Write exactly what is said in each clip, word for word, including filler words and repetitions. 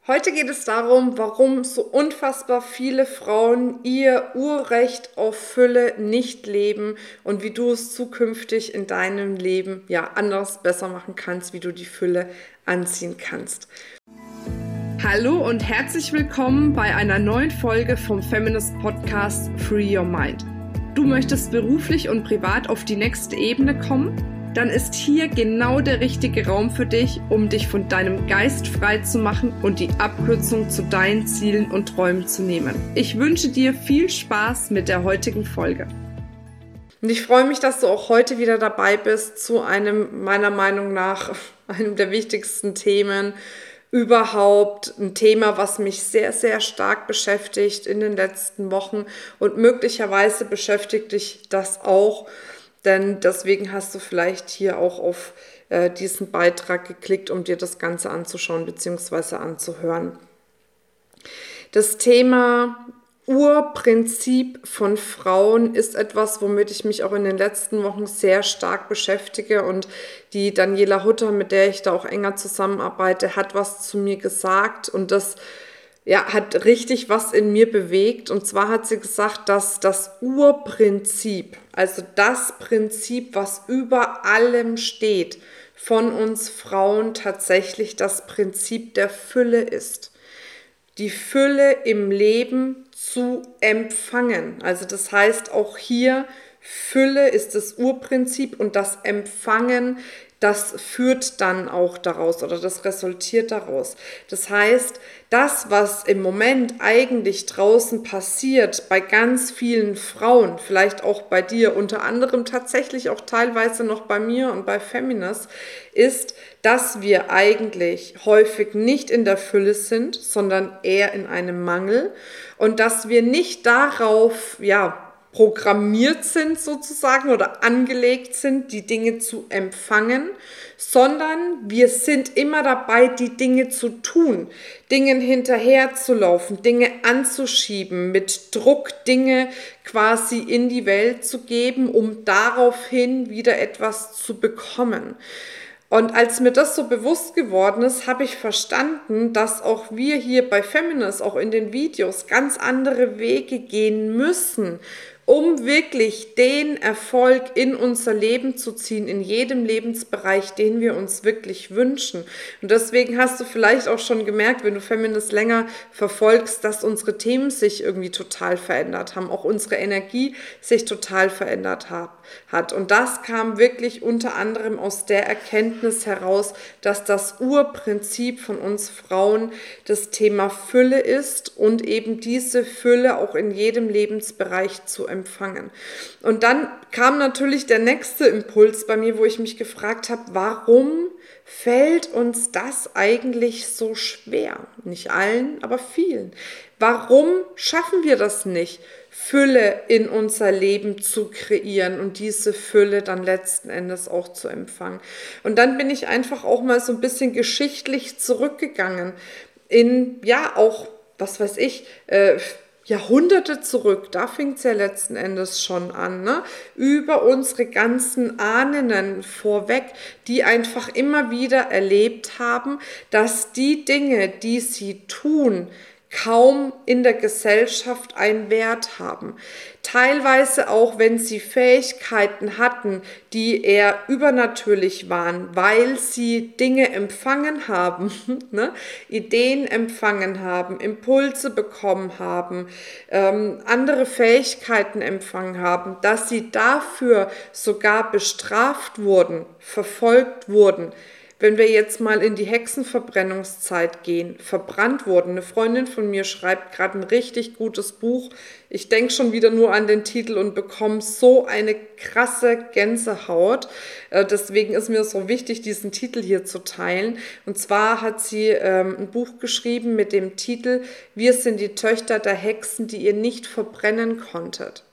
Heute geht es darum, warum so unfassbar viele Frauen ihr Urrecht auf Fülle nicht leben und wie du es zukünftig in deinem Leben ja anders besser machen kannst, wie du die Fülle anziehen kannst. Hallo und herzlich willkommen bei einer neuen Folge vom Feminist Podcast Free Your Mind. Du möchtest beruflich und privat auf die nächste Ebene kommen? Dann ist hier genau der richtige Raum für dich, um dich von deinem Geist frei zu machen und die Abkürzung zu deinen Zielen und Träumen zu nehmen. Ich wünsche dir viel Spaß mit der heutigen Folge. Und ich freue mich, dass du auch heute wieder dabei bist zu einem, meiner Meinung nach, einem der wichtigsten Themen überhaupt. Ein Thema, was mich sehr, sehr stark beschäftigt in den letzten Wochen und möglicherweise beschäftigt dich das auch. Denn deswegen hast du vielleicht hier auch auf äh, diesen Beitrag geklickt, um dir das Ganze anzuschauen bzw. anzuhören. Das Thema Urprinzip von Frauen ist etwas, womit ich mich auch in den letzten Wochen sehr stark beschäftige. Und die Daniela Hutter, mit der ich da auch enger zusammenarbeite, hat was zu mir gesagt und das ja, hat richtig was in mir bewegt. Und zwar hat sie gesagt, dass das Urprinzip, also das Prinzip, was über allem steht, von uns Frauen tatsächlich das Prinzip der Fülle ist. Die Fülle im Leben zu empfangen. Also das heißt auch hier, Fülle ist das Urprinzip und das Empfangen, das führt dann auch daraus oder das resultiert daraus. Das heißt, das, was im Moment eigentlich draußen passiert, bei ganz vielen Frauen, vielleicht auch bei dir, unter anderem tatsächlich auch teilweise noch bei mir und bei Feminist, ist, dass wir eigentlich häufig nicht in der Fülle sind, sondern eher in einem Mangel und dass wir nicht darauf, ja, programmiert sind sozusagen oder angelegt sind, die Dinge zu empfangen, sondern wir sind immer dabei, die Dinge zu tun, Dingen hinterherzulaufen, Dinge anzuschieben, mit Druck Dinge quasi in die Welt zu geben, um daraufhin wieder etwas zu bekommen. Und als mir das so bewusst geworden ist, habe ich verstanden, dass auch wir hier bei Feminist, auch in den Videos, ganz andere Wege gehen müssen, um wirklich den Erfolg in unser Leben zu ziehen, in jedem Lebensbereich, den wir uns wirklich wünschen. Und deswegen hast du vielleicht auch schon gemerkt, wenn du Feminist länger verfolgst, dass unsere Themen sich irgendwie total verändert haben, auch unsere Energie sich total verändert hat. Und das kam wirklich unter anderem aus der Erkenntnis heraus, dass das Urprinzip von uns Frauen das Thema Fülle ist und eben diese Fülle auch in jedem Lebensbereich zu empfangen. Und dann kam natürlich der nächste Impuls bei mir, wo ich mich gefragt habe, warum fällt uns das eigentlich so schwer? Nicht allen, aber vielen. Warum schaffen wir das nicht, Fülle in unser Leben zu kreieren und diese Fülle dann letzten Endes auch zu empfangen? Und dann bin ich einfach auch mal so ein bisschen geschichtlich zurückgegangen in, ja, auch, was weiß ich, äh, Jahrhunderte zurück, da fing es ja letzten Endes schon an, ne? Über unsere ganzen Ahnen vorweg, die einfach immer wieder erlebt haben, dass die Dinge, die sie tun, kaum in der Gesellschaft einen Wert haben. Teilweise auch, wenn sie Fähigkeiten hatten, die eher übernatürlich waren, weil sie Dinge empfangen haben, ne? Ideen empfangen haben, Impulse bekommen haben, ähm, andere Fähigkeiten empfangen haben, dass sie dafür sogar bestraft wurden, verfolgt wurden. Wenn wir jetzt mal in die Hexenverbrennungszeit gehen, verbrannt wurden. Eine Freundin von mir schreibt gerade ein richtig gutes Buch. Ich denke schon wieder nur an den Titel und bekomme so eine krasse Gänsehaut. Deswegen ist mir so wichtig, diesen Titel hier zu teilen. Und zwar hat sie ähm, ein Buch geschrieben mit dem Titel Wir sind die Töchter der Hexen, die ihr nicht verbrennen konntet.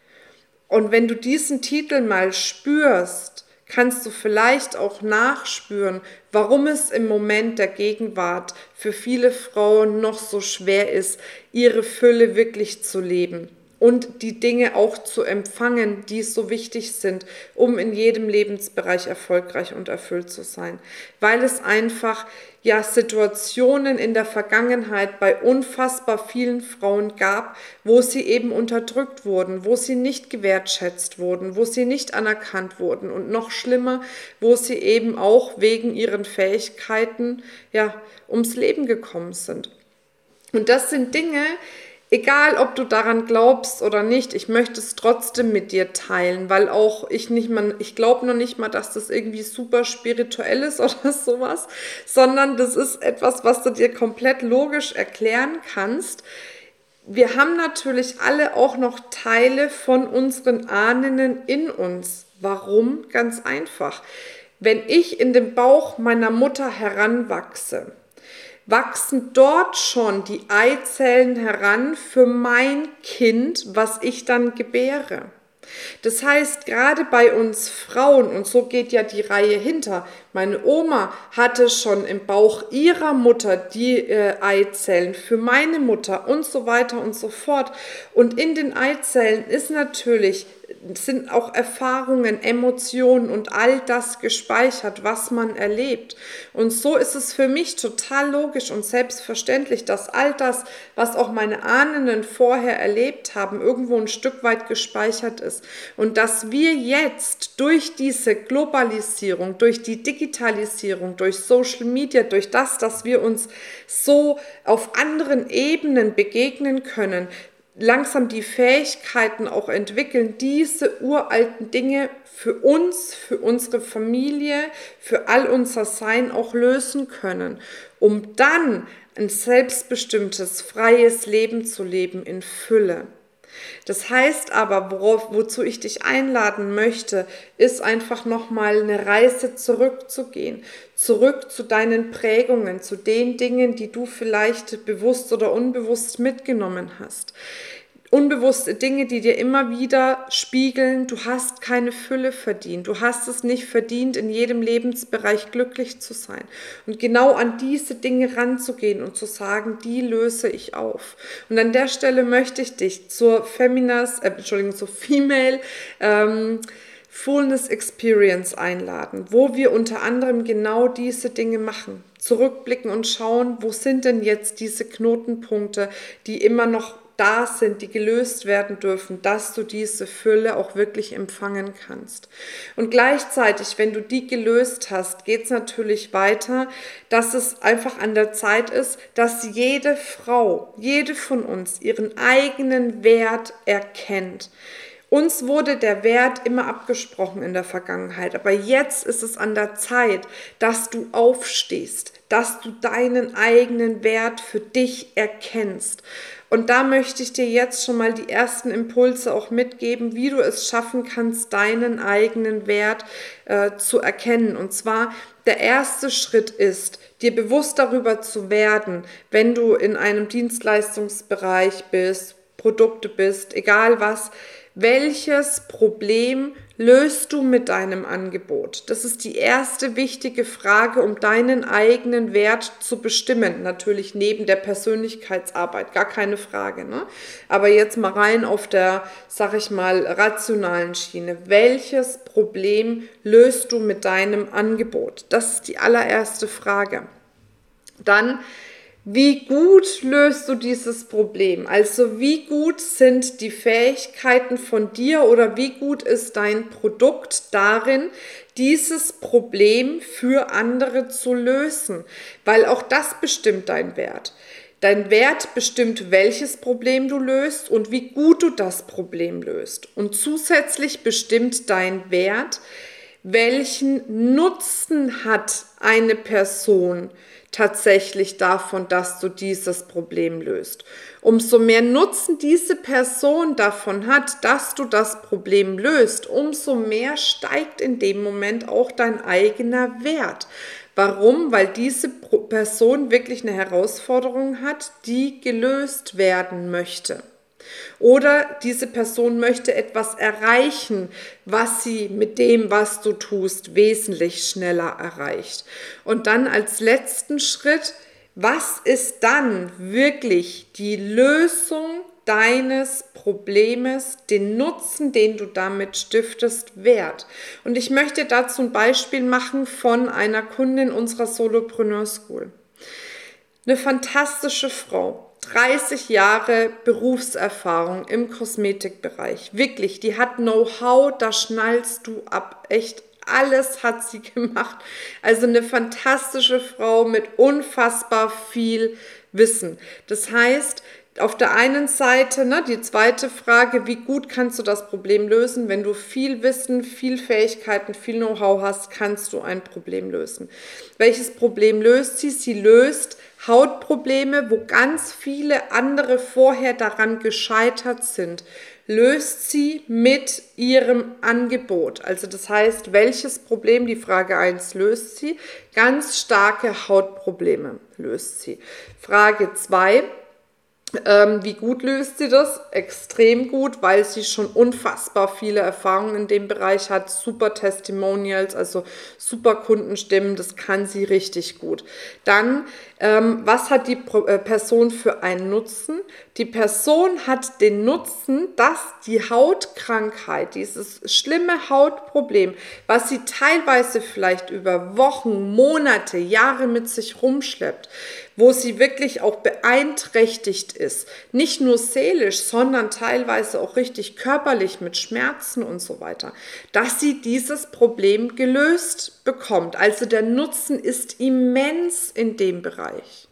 Und wenn du diesen Titel mal spürst, kannst du vielleicht auch nachspüren, warum es im Moment der Gegenwart für viele Frauen noch so schwer ist, ihre Fülle wirklich zu leben. und die Dinge auch zu empfangen, die so wichtig sind, um in jedem Lebensbereich erfolgreich und erfüllt zu sein. Weil es einfach ja Situationen in der Vergangenheit bei unfassbar vielen Frauen gab, wo sie eben unterdrückt wurden, wo sie nicht gewertschätzt wurden, wo sie nicht anerkannt wurden und noch schlimmer, wo sie eben auch wegen ihren Fähigkeiten ja ums Leben gekommen sind. Und das sind Dinge, egal ob du daran glaubst oder nicht, ich möchte es trotzdem mit dir teilen, weil auch ich nicht mal, ich glaube noch nicht mal, dass das irgendwie super spirituell ist oder sowas, sondern das ist etwas, was du dir komplett logisch erklären kannst. Wir haben natürlich alle auch noch Teile von unseren Ahnen in uns. Warum? Ganz einfach. Wenn ich in den Bauch meiner Mutter heranwachse, wachsen dort schon die Eizellen heran für mein Kind, was ich dann gebäre. Das heißt, gerade bei uns Frauen, und so geht ja die Reihe hinter, meine Oma hatte schon im Bauch ihrer Mutter die äh, Eizellen für meine Mutter und so weiter und so fort. Und in den Eizellen ist natürlich sind auch Erfahrungen, Emotionen und all das gespeichert, was man erlebt. Und so ist es für mich total logisch und selbstverständlich, dass all das, was auch meine Ahnen vorher erlebt haben, irgendwo ein Stück weit gespeichert ist. Und dass wir jetzt durch diese Globalisierung, durch die Digitalisierung, durch Social Media, durch das, dass wir uns so auf anderen Ebenen begegnen können, langsam die Fähigkeiten auch entwickeln, diese uralten Dinge für uns, für unsere Familie, für all unser Sein auch lösen können, um dann ein selbstbestimmtes, freies Leben zu leben in Fülle. Das heißt aber, worauf, wozu ich dich einladen möchte, ist einfach nochmal eine Reise zurückzugehen, zurück zu deinen Prägungen, zu den Dingen, die du vielleicht bewusst oder unbewusst mitgenommen hast. Unbewusste Dinge, die dir immer wieder spiegeln, du hast keine Fülle verdient, du hast es nicht verdient, in jedem Lebensbereich glücklich zu sein. Und genau an diese Dinge ranzugehen und zu sagen, die löse ich auf. Und an der Stelle möchte ich dich zur Feminas, äh, Entschuldigung, zur Female ähm, Fullness Experience einladen, wo wir unter anderem genau diese Dinge machen. Zurückblicken und schauen, wo sind denn jetzt diese Knotenpunkte, die immer noch da sind, die gelöst werden dürfen, dass du diese Fülle auch wirklich empfangen kannst. Und gleichzeitig, wenn du die gelöst hast, geht es natürlich weiter, dass es einfach an der Zeit ist, dass jede Frau, jede von uns ihren eigenen Wert erkennt. Uns wurde der Wert immer abgesprochen in der Vergangenheit, aber jetzt ist es an der Zeit, dass du aufstehst, dass du deinen eigenen Wert für dich erkennst. Und da möchte ich dir jetzt schon mal die ersten Impulse auch mitgeben, wie du es schaffen kannst, deinen eigenen Wert äh, zu erkennen. Und zwar der erste Schritt ist, dir bewusst darüber zu werden, wenn du in einem Dienstleistungsbereich bist, Produkte bist, egal was, welches Problem löst du mit deinem Angebot? Das ist die erste wichtige Frage, um deinen eigenen Wert zu bestimmen. Natürlich neben der Persönlichkeitsarbeit, gar keine Frage, ne? Aber jetzt mal rein auf der, sag ich mal, rationalen Schiene. Welches Problem löst du mit deinem Angebot? Das ist die allererste Frage. Dann, wie gut löst du dieses Problem? Also wie gut sind die Fähigkeiten von dir oder wie gut ist dein Produkt darin, dieses Problem für andere zu lösen? Weil auch das bestimmt dein Wert. Dein Wert bestimmt, welches Problem du löst und wie gut du das Problem löst. Und zusätzlich bestimmt dein Wert, welchen Nutzen hat eine Person tatsächlich davon, dass du dieses Problem löst. Umso mehr Nutzen diese Person davon hat, dass du das Problem löst, umso mehr steigt in dem Moment auch dein eigener Wert. Warum? Weil diese Person wirklich eine Herausforderung hat, die gelöst werden möchte. Oder diese Person möchte etwas erreichen, was sie mit dem, was du tust, wesentlich schneller erreicht. Und dann als letzten Schritt, was ist dann wirklich die Lösung deines Problems den Nutzen, den du damit stiftest, wert? Und ich möchte dazu ein Beispiel machen von einer Kundin unserer Solopreneur School. Eine fantastische Frau, dreißig Jahre Berufserfahrung im Kosmetikbereich. Wirklich, die hat Know-how, da schnallst du ab. Echt, alles hat sie gemacht. Also eine fantastische Frau mit unfassbar viel Wissen. Das heißt, auf der einen Seite, ne, die zweite Frage, wie gut kannst du das Problem lösen? Wenn du viel Wissen, viel Fähigkeiten, viel Know-how hast, kannst du ein Problem lösen. Welches Problem löst sie? Sie löst Hautprobleme, wo ganz viele andere vorher daran gescheitert sind, löst sie mit ihrem Angebot. Also das heißt, welches Problem, die Frage eins löst sie? Ganz starke Hautprobleme löst sie. Frage zwei, Ähm, wie gut löst sie das? Extrem gut, weil sie schon unfassbar viele Erfahrungen in dem Bereich hat, super Testimonials, also super Kundenstimmen, das kann sie richtig gut. Dann, ähm, was hat die Pro- äh, Person für einen Nutzen? Die Person hat den Nutzen, dass die Hautkrankheit, dieses schlimme Hautproblem, was sie teilweise vielleicht über Wochen, Monate, Jahre mit sich rumschleppt, wo sie wirklich auch beeinträchtigt ist, nicht nur seelisch, sondern teilweise auch richtig körperlich mit Schmerzen und so weiter, dass sie dieses Problem gelöst bekommt. Also der Nutzen ist immens in dem Bereich.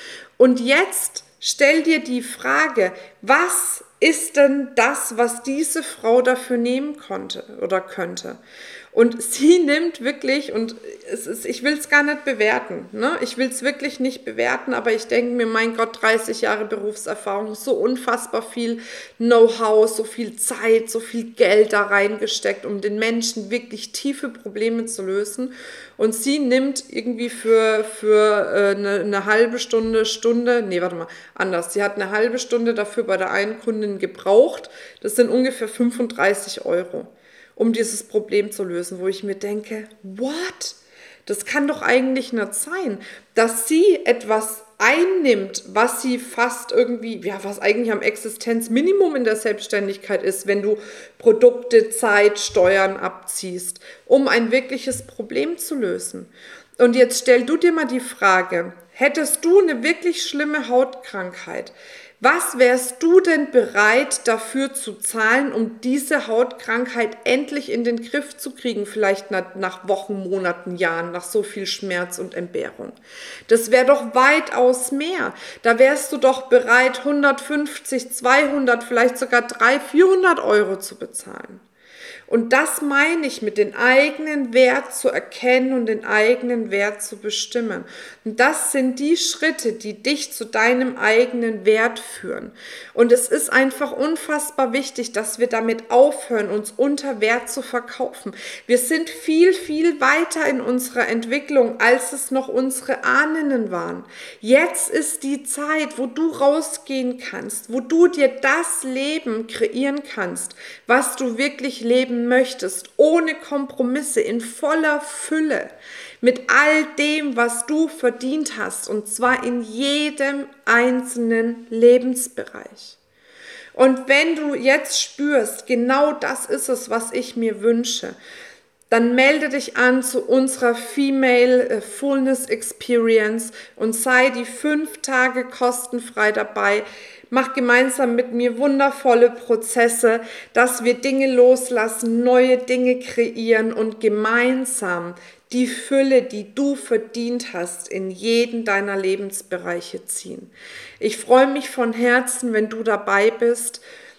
Und jetzt stell dir die Frage, was ist denn das, was diese Frau dafür nehmen konnte oder könnte? Und sie nimmt wirklich, und es ist, ich will es gar nicht bewerten, ne? Ich will es wirklich nicht bewerten, aber ich denke mir, mein Gott, dreißig Jahre Berufserfahrung, so unfassbar viel Know-how, so viel Zeit, so viel Geld da reingesteckt, um den Menschen wirklich tiefe Probleme zu lösen. Und sie nimmt irgendwie für, für äh, eine, eine halbe Stunde, Stunde, nee, warte mal, anders. Sie hat eine halbe Stunde dafür bei der einen Kundin gebraucht. Das sind ungefähr fünfunddreißig Euro, um dieses Problem zu lösen, wo ich mir denke, what? Das kann doch eigentlich nicht sein, dass sie etwas einnimmt, was sie fast irgendwie, ja, was eigentlich am Existenzminimum in der Selbstständigkeit ist, wenn du Produkte, Zeit, Steuern abziehst, um ein wirkliches Problem zu lösen. Und jetzt stell du dir mal die Frage, hättest du eine wirklich schlimme Hautkrankheit, was wärst du denn bereit dafür zu zahlen, um diese Hautkrankheit endlich in den Griff zu kriegen, vielleicht nach, nach Wochen, Monaten, Jahren, nach so viel Schmerz und Entbehrung? Das wäre doch weitaus mehr. Da wärst du doch bereit, hundertfünfzig, zweihundert, vielleicht sogar dreihundert, vierhundert Euro zu bezahlen. Und das meine ich mit den eigenen Wert zu erkennen und den eigenen Wert zu bestimmen. Und das sind die Schritte, die dich zu deinem eigenen Wert führen. Und es ist einfach unfassbar wichtig, dass wir damit aufhören, uns unter Wert zu verkaufen. Wir sind viel, viel weiter in unserer Entwicklung, als es noch unsere Ahnen waren. Jetzt ist die Zeit, wo du rausgehen kannst, wo du dir das Leben kreieren kannst, was du wirklich leben möchtest, ohne Kompromisse, in voller Fülle, mit all dem, was du verdient hast, und zwar in jedem einzelnen Lebensbereich. Und wenn du jetzt spürst, genau das ist es, was ich mir wünsche, dann melde dich an zu unserer Female Fullness Experience und sei die fünf Tage kostenfrei dabei. Mach gemeinsam mit mir wundervolle Prozesse, dass wir Dinge loslassen, neue Dinge kreieren und gemeinsam die Fülle, die du verdient hast, in jeden deiner Lebensbereiche ziehen. Ich freue mich von Herzen, wenn du dabei bist.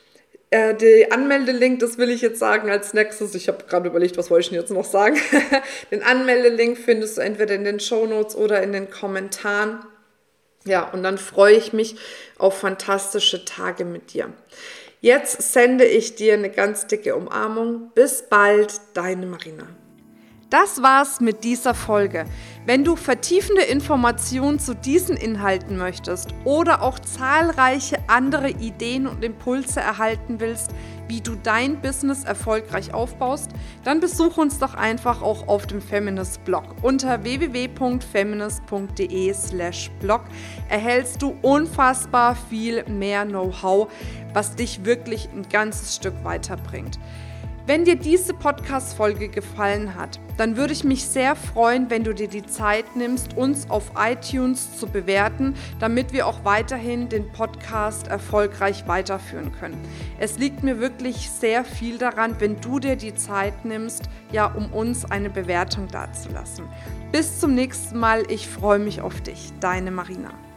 Äh, den Anmeldelink, das will ich jetzt sagen als nächstes. Ich habe gerade überlegt, was wollte ich denn jetzt noch sagen. Den Anmeldelink findest du entweder in den Shownotes oder in den Kommentaren. Ja, und dann freue ich mich auf fantastische Tage mit dir. Jetzt sende ich dir eine ganz dicke Umarmung. Bis bald, deine Marina. Das war's mit dieser Folge. Wenn du vertiefende Informationen zu diesen Inhalten möchtest oder auch zahlreiche andere Ideen und Impulse erhalten willst, wie du dein Business erfolgreich aufbaust, dann besuch uns doch einfach auch auf dem Feminist Blog. Unter w w w punkt feminist punkt d e slash blog erhältst du unfassbar viel mehr Know-how, was dich wirklich ein ganzes Stück weiterbringt. Wenn dir diese Podcast-Folge gefallen hat, dann würde ich mich sehr freuen, wenn du dir die Zeit nimmst, uns auf iTunes zu bewerten, damit wir auch weiterhin den Podcast erfolgreich weiterführen können. Es liegt mir wirklich sehr viel daran, wenn du dir die Zeit nimmst, ja, um uns eine Bewertung dazulassen. Bis zum nächsten Mal, ich freue mich auf dich, deine Marina.